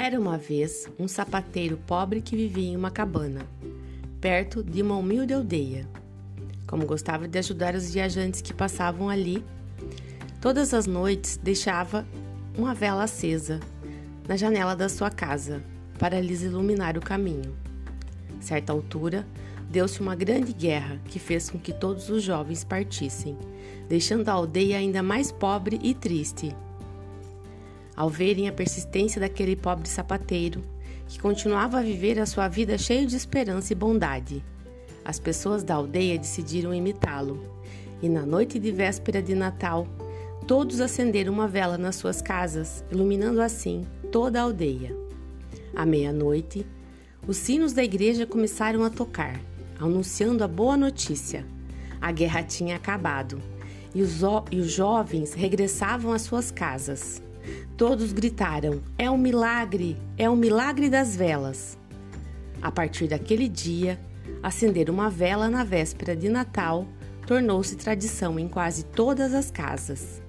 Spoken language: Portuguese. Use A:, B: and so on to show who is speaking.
A: Era uma vez um sapateiro pobre que vivia em uma cabana, perto de uma humilde aldeia. Como gostava de ajudar os viajantes que passavam ali, todas as noites deixava uma vela acesa na janela da sua casa para lhes iluminar o caminho. Certa altura, deu-se uma grande guerra que fez com que todos os jovens partissem, deixando a aldeia ainda mais pobre e triste. Ao verem a persistência daquele pobre sapateiro, que continuava a viver a sua vida cheio de esperança e bondade, as pessoas da aldeia decidiram imitá-lo, e na noite de véspera de Natal, todos acenderam uma vela nas suas casas, iluminando assim toda a aldeia. À meia-noite, os sinos da igreja começaram a tocar, anunciando a boa notícia. A guerra tinha acabado, e os jovens regressavam às suas casas. Todos gritaram: é um milagre das velas. A partir daquele dia, acender uma vela na véspera de Natal tornou-se tradição em quase todas as casas.